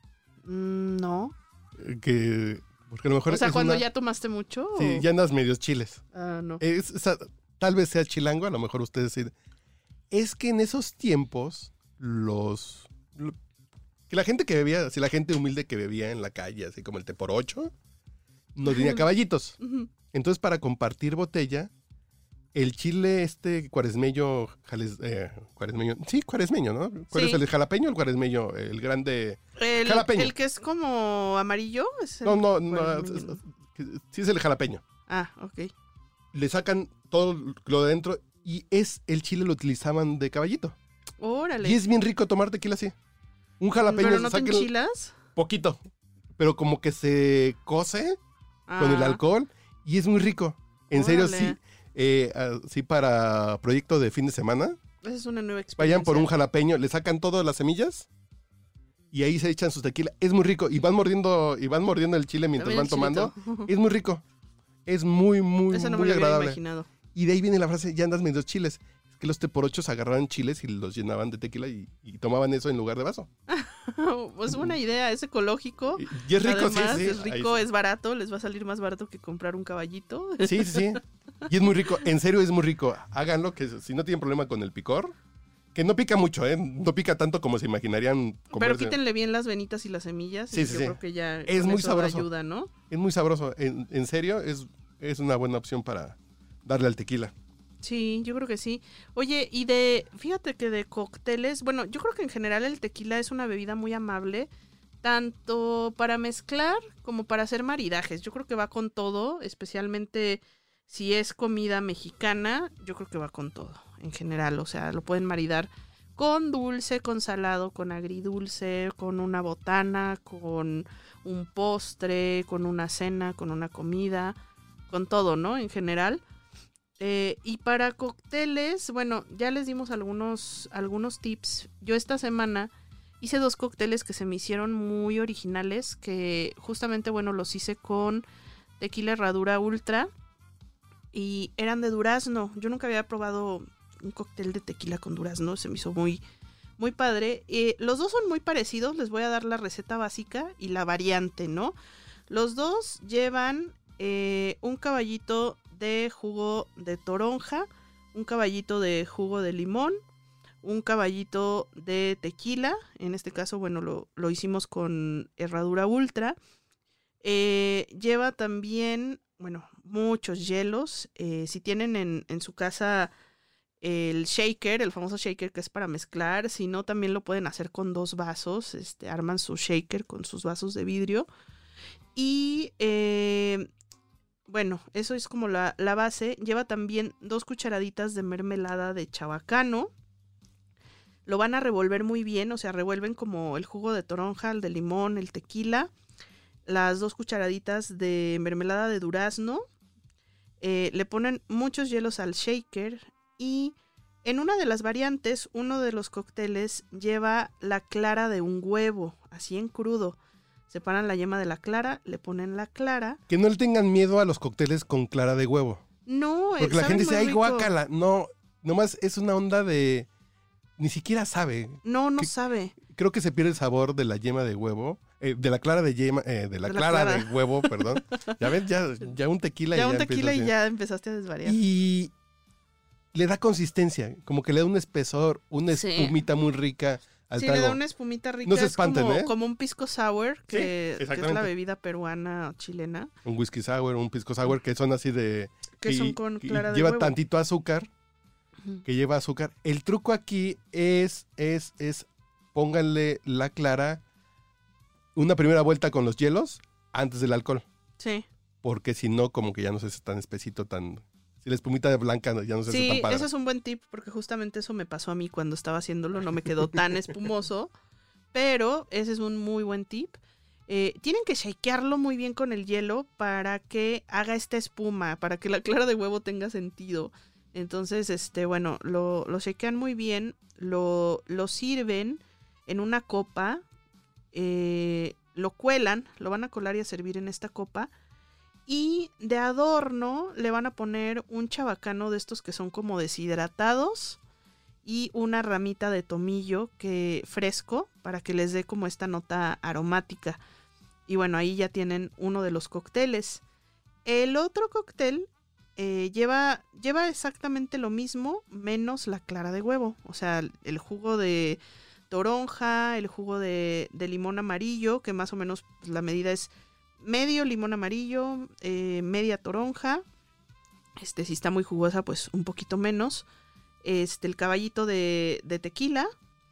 Mm, no. Eh, Que, porque a lo mejor O sea, es cuando una- ya tomaste mucho. Sí, o- ya andas medios chiles. Ah, no. Es- esa- tal vez sea chilango, a lo mejor ustedes sí. Es que en esos tiempos, los... lo- que la gente que bebía, así la gente humilde que bebía en la calle, así como el té por ocho, no tenía caballitos. Ujú. Entonces, para compartir botella, el chile este cuaresmeño, jales- eh, cuaresmeño, sí, cuaresmeño, ¿no? ¿Cuál Sí. es el jalapeño o el cuaresmeño? El grande... El, Jalapeño. el que es como amarillo. ¿Es el No, no, no, cuaresmeño? es- es- sí es el jalapeño. Ah, ok. Le sacan todo lo de dentro y es el chile lo utilizaban de caballito. Órale. Y es bien rico tomar tequila así. Un jalapeño ¿Pero no te saca enchilas? poquito, pero como que se cose con el Ah, alcohol y es muy rico. En serio, Órale. sí. Eh, ah, sí, para proyecto de fin de semana, Esa es una nueva experiencia. vayan por un jalapeño, le sacan todas las semillas y ahí se echan sus tequila. Es muy rico y van mordiendo y van mordiendo el chile mientras También van el tomando. chilito. Es muy rico. Es muy, muy, Eso no me muy lo hubiera agradable. imaginado. Y de ahí viene la frase, ya andas medios chiles. Es que los teporochos agarraban chiles y los llenaban de tequila y, y tomaban eso en lugar de vaso. Pues buena idea, es ecológico. Y, y es rico, Además, sí, sí. es rico, Ahí es barato, les va a salir más barato que comprar un caballito. sí. Sí, sí, sí. Y es muy rico, en serio es muy rico. Háganlo, que si no tienen problema con el picor, que no pica mucho, ¿eh? No pica tanto como se imaginarían Pero comerse. quítenle bien las venitas y las semillas. Sí, y sí, yo sí. creo que ya Es con muy eso sabroso. ayuda, ¿no? Es muy sabroso, en, en serio, es, es una buena opción para darle al tequila. Sí, yo creo que sí. Oye, y de, fíjate que de cócteles, bueno, yo creo que en general el tequila es una bebida muy amable, tanto para mezclar como para hacer maridajes. Yo creo que va con todo, especialmente si es comida mexicana, yo creo que va con todo, en general. O sea, lo pueden maridar con dulce, con salado, con agridulce, con una botana, con un postre, con una cena, con una comida, con todo, ¿no? En general. Eh, y para cócteles, bueno, ya les dimos algunos, algunos tips. Yo esta semana hice dos cócteles que se me hicieron muy originales, que justamente, bueno, los hice con tequila Herradura Ultra y eran de durazno. Yo nunca había probado un cóctel de tequila con durazno, se me hizo muy, muy padre. Eh, los dos son muy parecidos, les voy a dar la receta básica y la variante, ¿no? Los dos llevan eh, un caballito de jugo de toronja, un caballito de jugo de limón, un caballito de tequila, en este caso, bueno, lo, lo hicimos con Herradura Ultra. Eh, lleva también, bueno, muchos hielos. Eh, si tienen en, en su casa el shaker, el famoso shaker que es para mezclar, si no, también lo pueden hacer con dos vasos, este, arman su shaker con sus vasos de vidrio. Y, eh, bueno, eso es como la, la base. Lleva también dos cucharaditas de mermelada de chabacano. Lo van a revolver muy bien, o sea, revuelven como el jugo de toronja, el de limón, el tequila, las dos cucharaditas de mermelada de durazno, eh, le ponen muchos hielos al shaker y en una de las variantes, uno de los cócteles lleva la clara de un huevo, así en crudo. Separan la yema de la clara, le ponen la clara. Que no le tengan miedo a los cócteles con clara de huevo. No, porque la gente dice, ay, rico. guácala. No, nomás es una onda de... Ni siquiera sabe. No, no que, sabe. Creo que se pierde el sabor de la yema de huevo. Eh, de la clara de yema, eh, de la de clara, la clara de huevo, perdón. Ya ves, ya, ya un tequila ya y ya un tequila y a... ya empezaste a desvariar. Y le da consistencia, como que le da un espesor, una sí. espumita muy rica al sí, trago. le da una espumita rica. No se espanten, es como, ¿eh? como un pisco sour, que, sí, que es la bebida peruana o chilena. Un whisky sour, un pisco sour, que son así de... Que y, son con clara de lleva huevo. tantito azúcar. Que lleva azúcar. El truco aquí es, es, es, pónganle la clara una primera vuelta con los hielos antes del alcohol. Sí. Porque si no, como que ya no se hace tan espesito, tan... Si la espumita de blanca ya no se sí, hace tan padre. Sí, eso es un buen tip, porque justamente eso me pasó a mí cuando estaba haciéndolo, no me quedó tan espumoso, pero ese es un muy buen tip. Eh, tienen que shakearlo muy bien con el hielo para que haga esta espuma, para que la clara de huevo tenga sentido. Entonces, este, bueno, lo, lo shakean muy bien, lo, lo sirven en una copa, eh, lo cuelan, lo van a colar y a servir en esta copa, y de adorno le van a poner un chabacano de estos que son como deshidratados y una ramita de tomillo que fresco para que les dé como esta nota aromática. Y bueno, ahí ya tienen uno de los cócteles. El otro cóctel... Eh, lleva, lleva exactamente lo mismo, menos la clara de huevo. O sea, el jugo de toronja, el jugo de, de limón amarillo, que más o menos pues, la medida es medio limón amarillo, eh, media toronja. Este, si está muy jugosa, pues un poquito menos. Este, el caballito de, de tequila.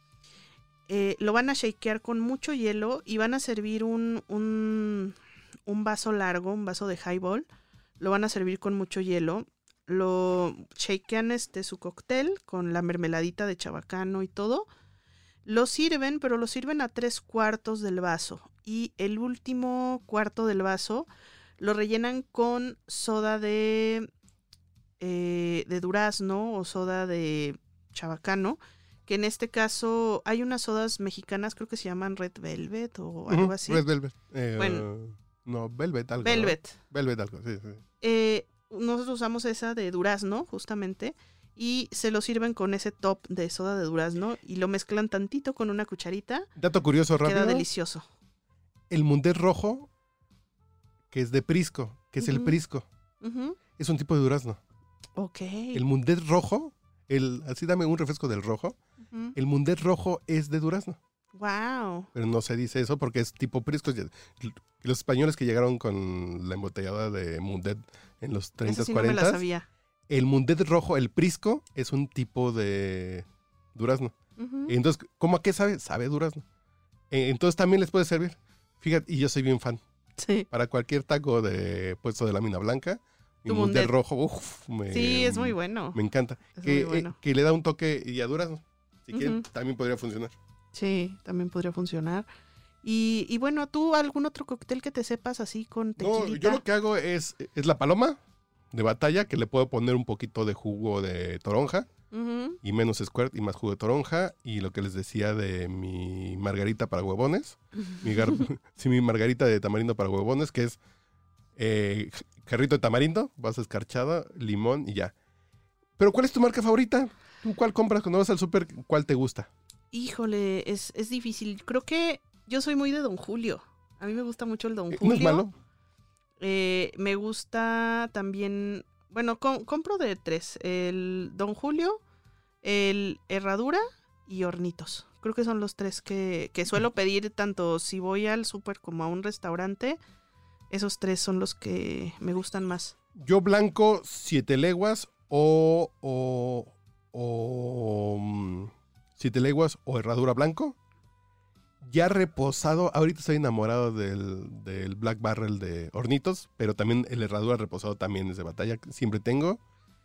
Eh, lo van a shakear con mucho hielo y van a servir un, un, un vaso largo, un vaso de highball. Lo van a servir con mucho hielo. Lo shakean este, su cóctel con la mermeladita de chabacano y todo. Lo sirven, pero lo sirven a tres cuartos del vaso. Y el último cuarto del vaso lo rellenan con soda de, eh, de durazno o soda de chabacano. Que en este caso hay unas sodas mexicanas, creo que se llaman Red Velvet o algo uh-huh, así. Red Velvet. Eh, bueno. No, Velvet algo. Velvet. ¿no? Velvet algo, sí, sí. Eh, nosotros usamos esa de durazno, justamente, y se lo sirven con ese top de soda de durazno y lo mezclan tantito con una cucharita. Dato curioso rápido. Queda delicioso. El Mundet rojo, que es de Prisco, que es uh-huh. el Prisco, uh-huh. es un tipo de durazno. Ok. El Mundet rojo, el, así dame un refresco del rojo, uh-huh. el Mundet rojo es de durazno. Wow. Pero no se dice eso porque es tipo Prisco. Los españoles que llegaron con la embotellada de Mundet en los treinta, sí cuarenta. No me la sabía. El Mundet rojo, el Prisco, es un tipo de durazno. Uh-huh. Entonces, ¿cómo a qué sabe? Sabe durazno. Entonces también les puede servir. Fíjate, y yo soy bien fan. Sí. Para cualquier taco de puesto de lámina blanca, y tu Mundet Mundet rojo, uff, me, sí, es muy bueno. Me encanta. Es que, muy bueno. eh, que le da un toque y a durazno. Si uh-huh. quieren, también podría funcionar. Sí, también podría funcionar. Y, y bueno, ¿tú algún otro cóctel que te sepas así con tequilita? No, yo lo que hago es, es la paloma de batalla, que le puedo poner un poquito de jugo de toronja, uh-huh. y menos squirt y más jugo de toronja, y lo que les decía de mi margarita para huevones, mi, gar- sí, mi margarita de tamarindo para huevones, que es eh, jarrito de tamarindo, base escarchada, limón y ya. Pero ¿cuál es tu marca favorita? ¿Tú cuál compras cuando vas al súper? ¿Cuál te gusta? Híjole, es, es difícil. Creo que yo soy muy de Don Julio. A mí me gusta mucho el Don Eh, Julio. No es malo. Eh, me gusta también, bueno, com- compro de tres. El Don Julio, el Herradura y Hornitos. Creo que son los tres que, que suelo pedir tanto si voy al súper como a un restaurante. Esos tres son los que me gustan más. Yo blanco, siete leguas o, o, o mm, siete leguas o herradura blanco. Ya reposado, ahorita estoy enamorado del, del Black Barrel de Hornitos, pero también el herradura reposado también es de batalla, que siempre tengo.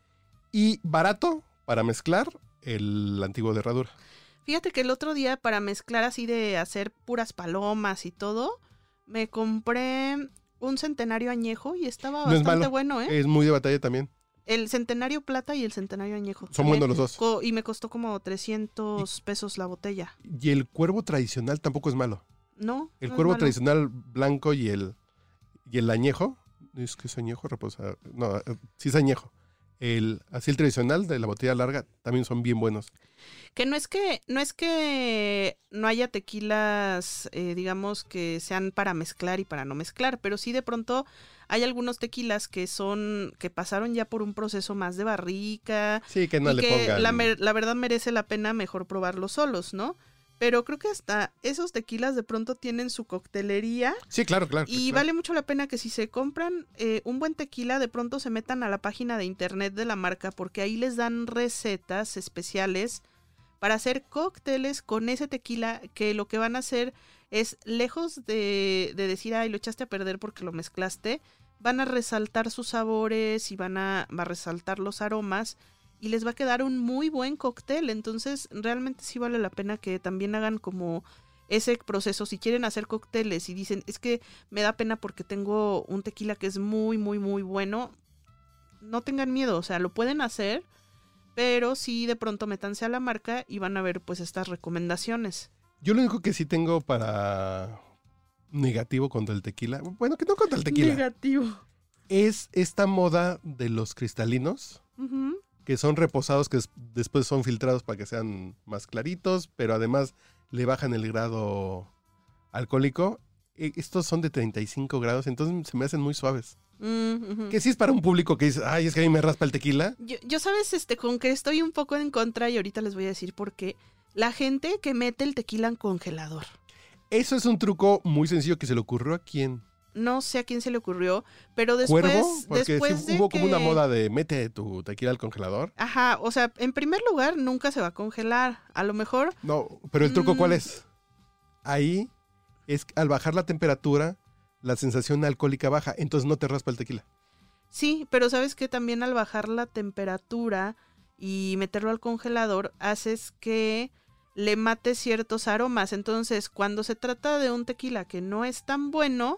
Y barato para mezclar, el antiguo de herradura. Fíjate que el otro día para mezclar así de hacer puras palomas y todo, me compré un centenario añejo y estaba No es bastante malo, bueno, ¿eh? Es muy de batalla también. El centenario plata y el centenario añejo. Son también. buenos los dos. Co- y me costó como trescientos pesos la botella. Y el cuervo tradicional tampoco es malo. No. El no es cuervo malo. tradicional blanco y el, y el añejo. Es que es añejo, reposa. No, eh, sí es añejo. El, así el tradicional de la botella larga también son bien buenos. Que no es que no es que no haya tequilas, eh, digamos, que sean para mezclar y para no mezclar, pero sí de pronto hay algunos tequilas que son, que pasaron ya por un proceso más de barrica. Sí, que no y le que pongan. la, mer- la verdad merece la pena mejor probarlos solos, ¿no? Pero creo que hasta esos tequilas de pronto tienen su coctelería. Sí, claro, claro. Y claro. vale mucho la pena que si se compran eh, un buen tequila, de pronto se metan a la página de internet de la marca, porque ahí les dan recetas especiales para hacer cócteles con ese tequila, que lo que van a hacer es, lejos de, de decir, ay, lo echaste a perder porque lo mezclaste, van a resaltar sus sabores y van a, va a resaltar los aromas y les va a quedar un muy buen cóctel. Entonces, realmente sí vale la pena que también hagan como ese proceso. Si quieren hacer cócteles y dicen, es que me da pena porque tengo un tequila que es muy, muy, muy bueno, no tengan miedo, o sea, lo pueden hacer, pero sí de pronto métanse a la marca y van a ver pues estas recomendaciones. Yo lo único que sí tengo para negativo contra el tequila, bueno, que no contra el tequila, Negativo. es esta moda de los cristalinos, Ujú. que son reposados, que des- después son filtrados para que sean más claritos, pero además le bajan el grado alcohólico. E- Estos son de treinta y cinco grados, entonces se me hacen muy suaves. Mm, ujú. Que sí es para un público que dice, ay, es que a mí me raspa el tequila. Yo, yo sabes, este, con que estoy un poco en contra y ahorita les voy a decir por qué. La gente que mete el tequila en congelador. Eso es un truco muy sencillo que se le ocurrió a quién. No sé a quién se le ocurrió, pero después, ¿Cuervo? Porque después sí de hubo como una que- moda de mete tu tequila al congelador. Ajá, o sea, en primer lugar, nunca se va a congelar. A lo mejor, No, pero el truco Mm. ¿cuál es? Ahí es al bajar la temperatura, la sensación alcohólica baja, entonces no te raspa el tequila. sí, pero sabes que también al bajar la temperatura y meterlo al congelador, haces que le mate ciertos aromas. Entonces, cuando se trata de un tequila que no es tan bueno,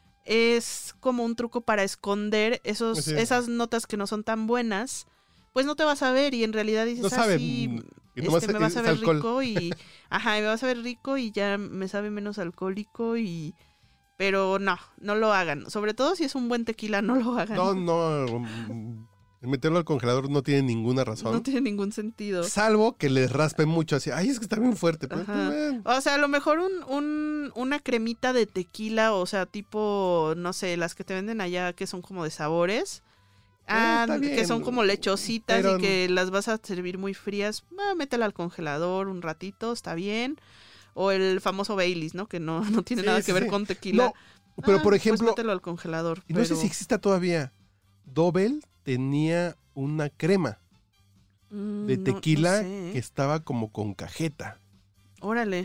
es como un truco para esconder esos, Sí. esas notas que no son tan buenas. Pues no te vas a ver y en realidad dices, No sabe, ah, sí, mm, y nomás este, me va a es saber alcohol. rico y, ajá, y me va a saber rico y ya me sabe menos alcohólico y, pero no, no lo hagan. Sobre todo si es un buen tequila, no lo hagan. No, no, mm, meterlo al congelador no tiene ninguna razón. No tiene ningún sentido. Salvo que les raspe mucho, así, ay, es que está bien fuerte. Pero, Ajá. pues, eh, O sea, a lo mejor un, un, una cremita de tequila, o sea, tipo, no sé, las que te venden allá que son como de sabores. Ah, está que bien, son como lechositas pero- y que las vas a servir muy frías. Ah, métela al congelador un ratito, está bien. O el famoso Baileys, ¿no? Que no, no tiene Sí, nada sí, que ver sí. con tequila. No, pero Ah, por pues ejemplo, mételo al congelador. y no sé pero- si exista todavía, Dobel tenía una crema Mm, de no- no tequila sé. que estaba como con cajeta. Órale.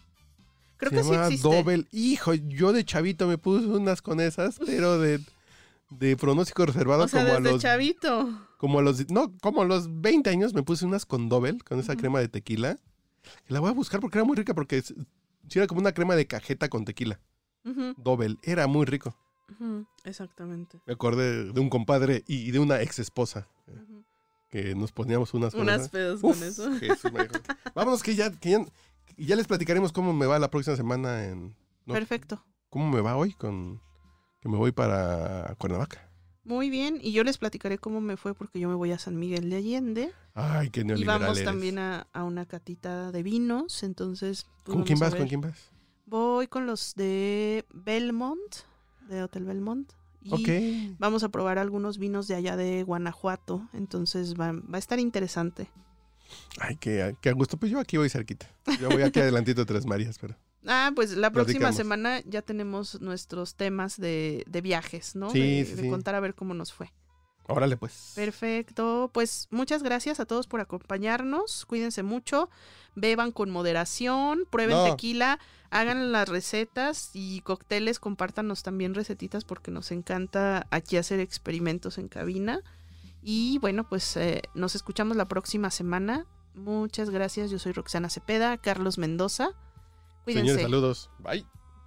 Creo Se que sí llamaba existe. Dobel. Hijo, yo de chavito me puse unas con esas, pero de, de pronóstico reservado O sea, como a desde los chavito. como a los no, como a los veinte años me puse unas con Dobel, con esa Ujú. crema de tequila. Que la voy a buscar porque era muy rica porque es- sí era como una crema de cajeta con tequila. Ujú, Dobel, era muy rico. ujú, exactamente. Me acordé de un compadre y de una ex esposa Ujú. que nos poníamos unas con Unas esas. pedas Uf, con eso. Jesús, me dijo. Vámonos que ya, que ya, y ya les platicaremos cómo me va la próxima semana en... no, Perfecto. ¿Cómo me va hoy con que me voy para Cuernavaca? Muy bien, y yo les platicaré cómo me fue porque yo me voy a San Miguel de Allende. Ay, qué Y neoliberal vamos eres. también a, a una catita de vinos, entonces... pues, ¿Con quién vamos a vas? ver. ¿Con quién vas? Voy con los de Belmont, de Hotel Belmont. Y Ok. vamos a probar algunos vinos de allá de Guanajuato, entonces va, va a estar interesante. Ay, qué, qué a gusto. Pues yo aquí voy cerquita. Yo voy aquí adelantito de Tres Marías, pero... Ah, pues la próxima Platicamos. semana ya tenemos nuestros temas de, de viajes, ¿no? Sí, de, sí, de sí. contar a ver cómo nos fue. Órale, pues. Perfecto, pues muchas gracias a todos por acompañarnos, cuídense mucho, beban con moderación, prueben No. tequila, hagan las recetas y cócteles, compártanos también recetitas porque nos encanta aquí hacer experimentos en cabina. Y bueno, pues eh, nos escuchamos la próxima semana. Muchas gracias, yo soy Roxana Cepeda, Carlos Mendoza. Cuídense. Señores, saludos. Bye.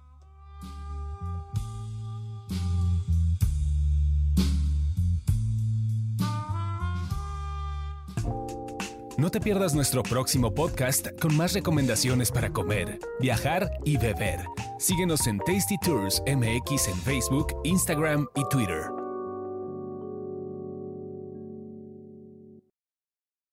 No te pierdas nuestro próximo podcast con más recomendaciones para comer, viajar y beber. Síguenos en Tasty Tours M X en Facebook, Instagram y Twitter.